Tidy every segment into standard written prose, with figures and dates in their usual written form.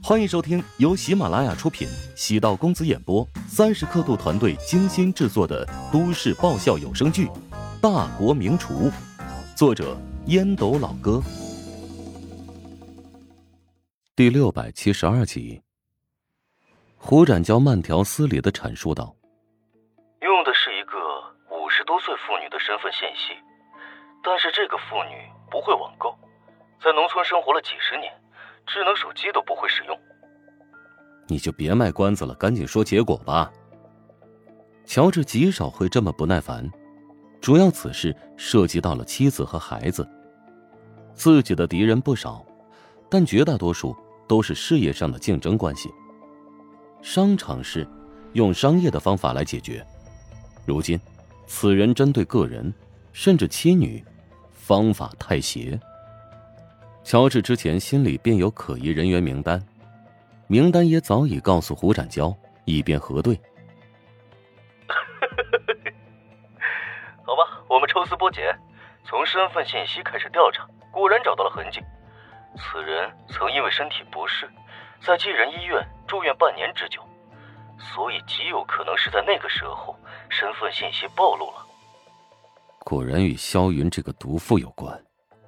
欢迎收听由喜马拉雅出品，喜道公子演播，30刻度团队精心制作的都市爆笑有声剧《大国名厨》，作者烟斗老哥。第672集。胡展娇慢条斯理地阐述道： 用的是一个50多岁妇女的身份信息，但是这个妇女不会网购，在农村生活了几十年，智能手机都不会使用。 你就别卖关子了，赶紧说结果吧。乔治极少会这么不耐烦，主要此事涉及到了妻子和孩子。自己的敌人不少，但绝大多数都是事业上的竞争关系。商场是用商业的方法来解决，如今此人针对个人甚至妻女，方法太邪。乔治之前心里便有可疑人员名单，名单也早已告诉胡展娇，以便核对。 好吧，我们抽丝剥茧，从身份信息开始调查，果然找到了痕迹。此人曾因为身体不适，在寄人医院住院半年之久，所以极有可能是在那个时候身份信息暴露了。 果然与萧云这个毒妇有关。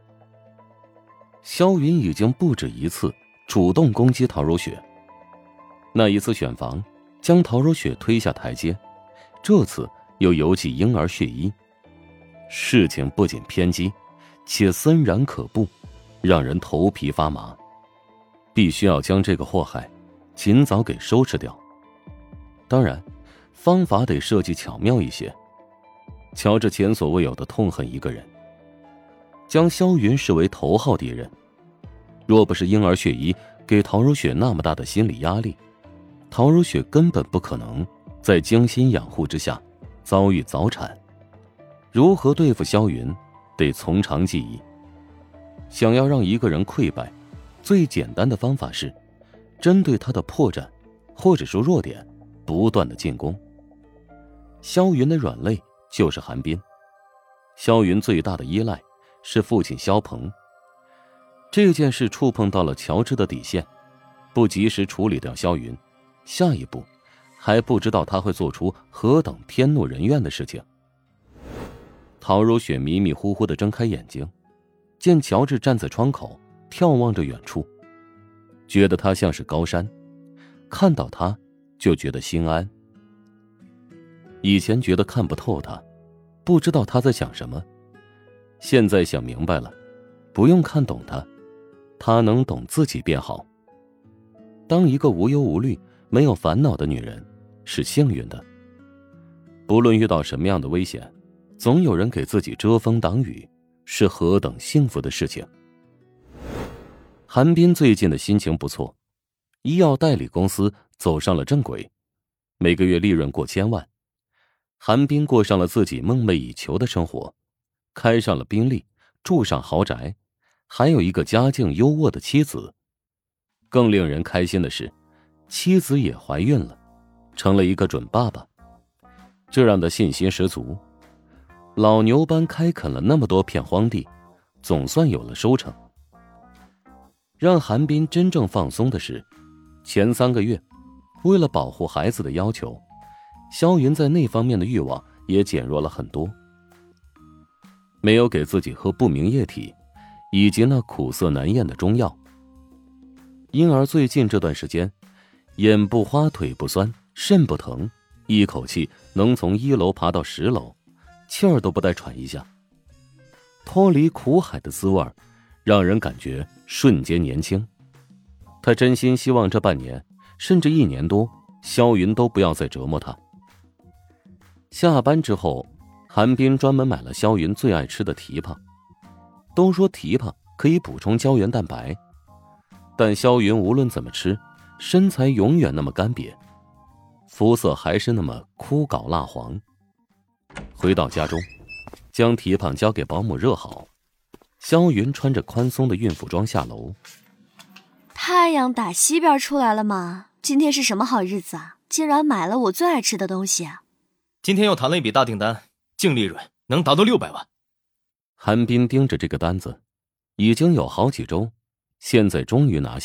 萧云已经不止一次主动攻击陶如雪，那一次选房将陶如雪推下台阶，这次又邮寄婴儿血衣，事情不仅偏激，且森然可怖，让人头皮发麻。必须要将这个祸害尽早给收拾掉。当然，方法得设计巧妙一些。乔治前所未有的痛恨一个人，将萧云视为头号敌人。若不是婴儿血衣给陶如雪那么大的心理压力，陶如雪根本不可能在精心养护之下遭遇早产。如何对付萧云，得从长计议。想要让一个人溃败，最简单的方法是针对他的破绽或者说弱点不断的进攻。萧云的软肋就是韩冰，萧云最大的依赖是父亲萧鹏。这件事触碰到了乔治的底线，不及时处理掉萧云，下一步还不知道他会做出何等天怒人怨的事情。陶如雪迷迷糊糊地睁开眼睛，见乔治站在窗口眺望着远处，觉得他像是高山，看到他就觉得心安。以前觉得看不透他，不知道他在想什么，现在想明白了，不用看懂他，他能懂自己便好。当一个无忧无虑、没有烦恼的女人，是幸运的。不论遇到什么样的危险，总有人给自己遮风挡雨，是何等幸福的事情。韩冰最近的心情不错，医药代理公司走上了正轨，每个月利润过千万。韩冰过上了自己梦寐以求的生活，开上了宾利，住上豪宅，还有一个家境优渥的妻子。更令人开心的是，妻子也怀孕了，成了一个准爸爸，这让他信心十足。老牛般开垦了那么多片荒地，总算有了收成。让韩冰真正放松的是，前3个月为了保护孩子的要求，萧云在那方面的欲望也减弱了很多。没有给自己喝不明液体以及那苦涩难咽的中药，因而最近这段时间眼不花腿不酸肾不疼，一口气能从1楼爬到10楼，气儿都不带喘一下。脱离苦海的滋味让人感觉瞬间年轻。他真心希望这半年甚至1年多，萧云都不要再折磨他。下班之后，韩冰专门买了萧云最爱吃的蹄膀。都说蹄膀可以补充胶原蛋白，但萧云无论怎么吃，身材永远那么干瘪，肤色还是那么枯槁蜡黄。回到家中，将蹄膀交给保姆热好，萧云穿着宽松的孕妇装下楼。 太阳打西边出来了吗？今天是什么好日子啊？竟然买了我最爱吃的东西啊！ 今天又谈了一笔大订单，净利润能达到600万。 韩冰盯着这个单子，已经有好几周，现在终于拿下，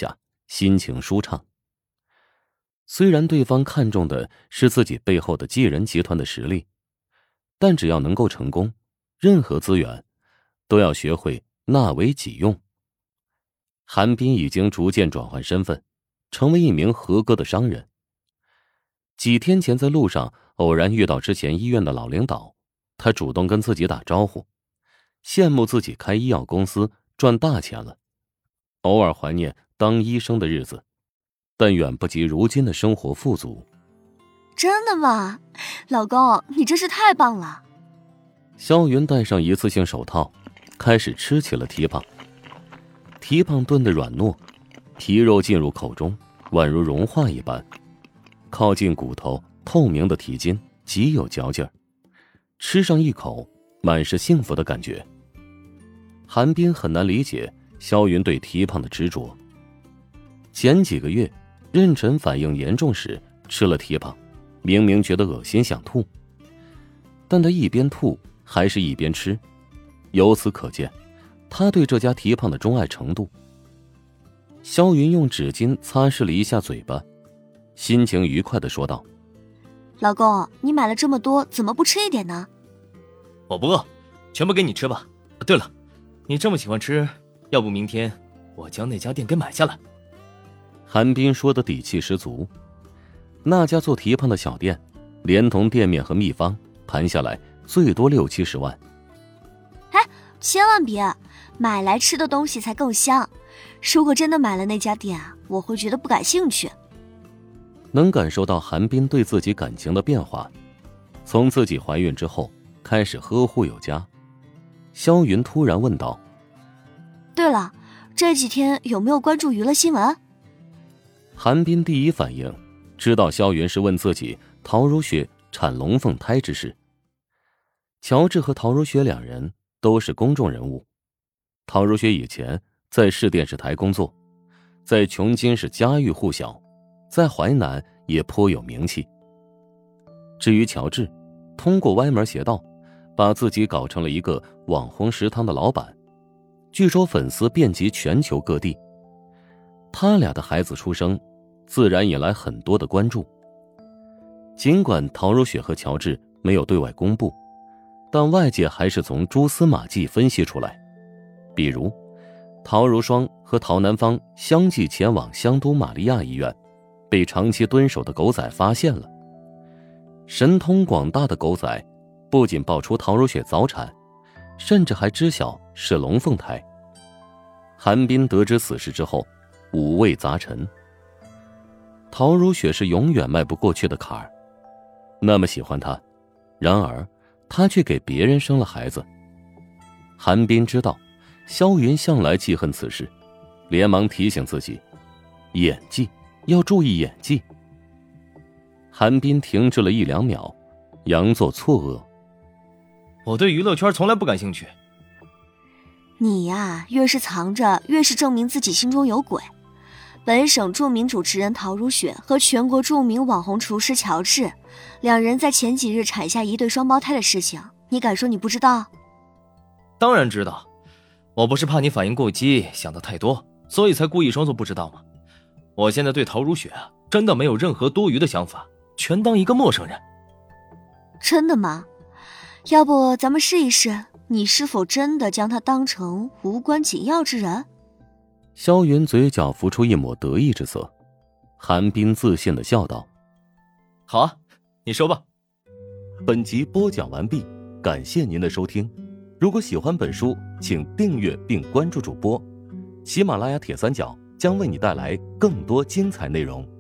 心情舒畅。虽然对方看重的是自己背后的继人集团的实力，但只要能够成功，任何资源都要学会纳为己用。韩冰已经逐渐转换身份，成为一名合格的商人。几天前在路上偶然遇到之前医院的老领导，他主动跟自己打招呼，羡慕自己开医药公司赚大钱了，偶尔怀念当医生的日子，但远不及如今的生活富足。 真的吗？老公，你真是太棒了。 萧云戴上一次性手套，开始吃起了蹄膀。蹄膀炖得软糯，蹄肉进入口中宛如融化一般，靠近骨头透明的蹄筋极有嚼劲儿，吃上一口满是幸福的感觉。韩冰很难理解萧云对蹄膀的执着。前几个月妊娠反应严重时吃了蹄膀，明明觉得恶心想吐，但他一边吐还是一边吃，由此可见他对这家蹄膀的钟爱程度。萧云用纸巾擦拭了一下嘴巴，心情愉快地说道： 老公，你买了这么多，怎么不吃一点呢？ 我不饿，全部给你吃吧。对了，你这么喜欢吃，要不明天我将那家店给买下来。 韩冰说的底气十足。那家做蹄膀的小店，连同店面和秘方盘下来最多60-70万。 千万别，买来吃的东西才更香。如果真的买了那家店，我会觉得不感兴趣。 能感受到韩冰对自己感情的变化，从自己怀孕之后开始呵护有加。萧云突然问道： 对了，这几天有没有关注娱乐新闻？ 韩冰第一反应知道萧云是问自己陶如雪产龙凤胎之事。乔治和陶如雪两人都是公众人物，陶如雪以前在市电视台工作，在琼金是家喻户晓，在淮南也颇有名气。至于乔治，通过歪门邪道把自己搞成了一个网红食堂的老板，据说粉丝遍及全球各地。他俩的孩子出生，自然引来很多的关注。尽管陶如雪和乔治没有对外公布，但外界还是从蛛丝马迹分析出来，比如陶如霜和陶南方相继前往香都玛利亚医院，被长期蹲守的狗仔发现了。神通广大的狗仔不仅爆出陶如雪早产，甚至还知晓是龙凤胎。韩冰得知此事之后，五味杂陈。陶如雪是永远迈不过去的坎儿，那么喜欢他，然而他却给别人生了孩子。韩冰知道萧云向来记恨此事，连忙提醒自己演技要注意演技。韩冰停滞了1-2秒，佯作错愕： 我对娱乐圈从来不感兴趣。 你呀，越是藏着，越是证明自己心中有鬼。本省著名主持人陶如雪和全国著名网红厨师乔治，两人在前几日产下一对双胞胎的事情，你敢说你不知道？ 当然知道，我不是怕你反应过激，想得太多，所以才故意装作不知道吗？我现在对陶如雪真的没有任何多余的想法，全当一个陌生人。 真的吗？要不咱们试一试，你是否真的将她当成无关紧要之人？ 萧云嘴角浮出一抹得意之色，韩冰自信地笑道： 好啊，你说吧。 本集播讲完毕，感谢您的收听。如果喜欢本书，请订阅并关注主播。喜马拉雅铁三角将为你带来更多精彩内容。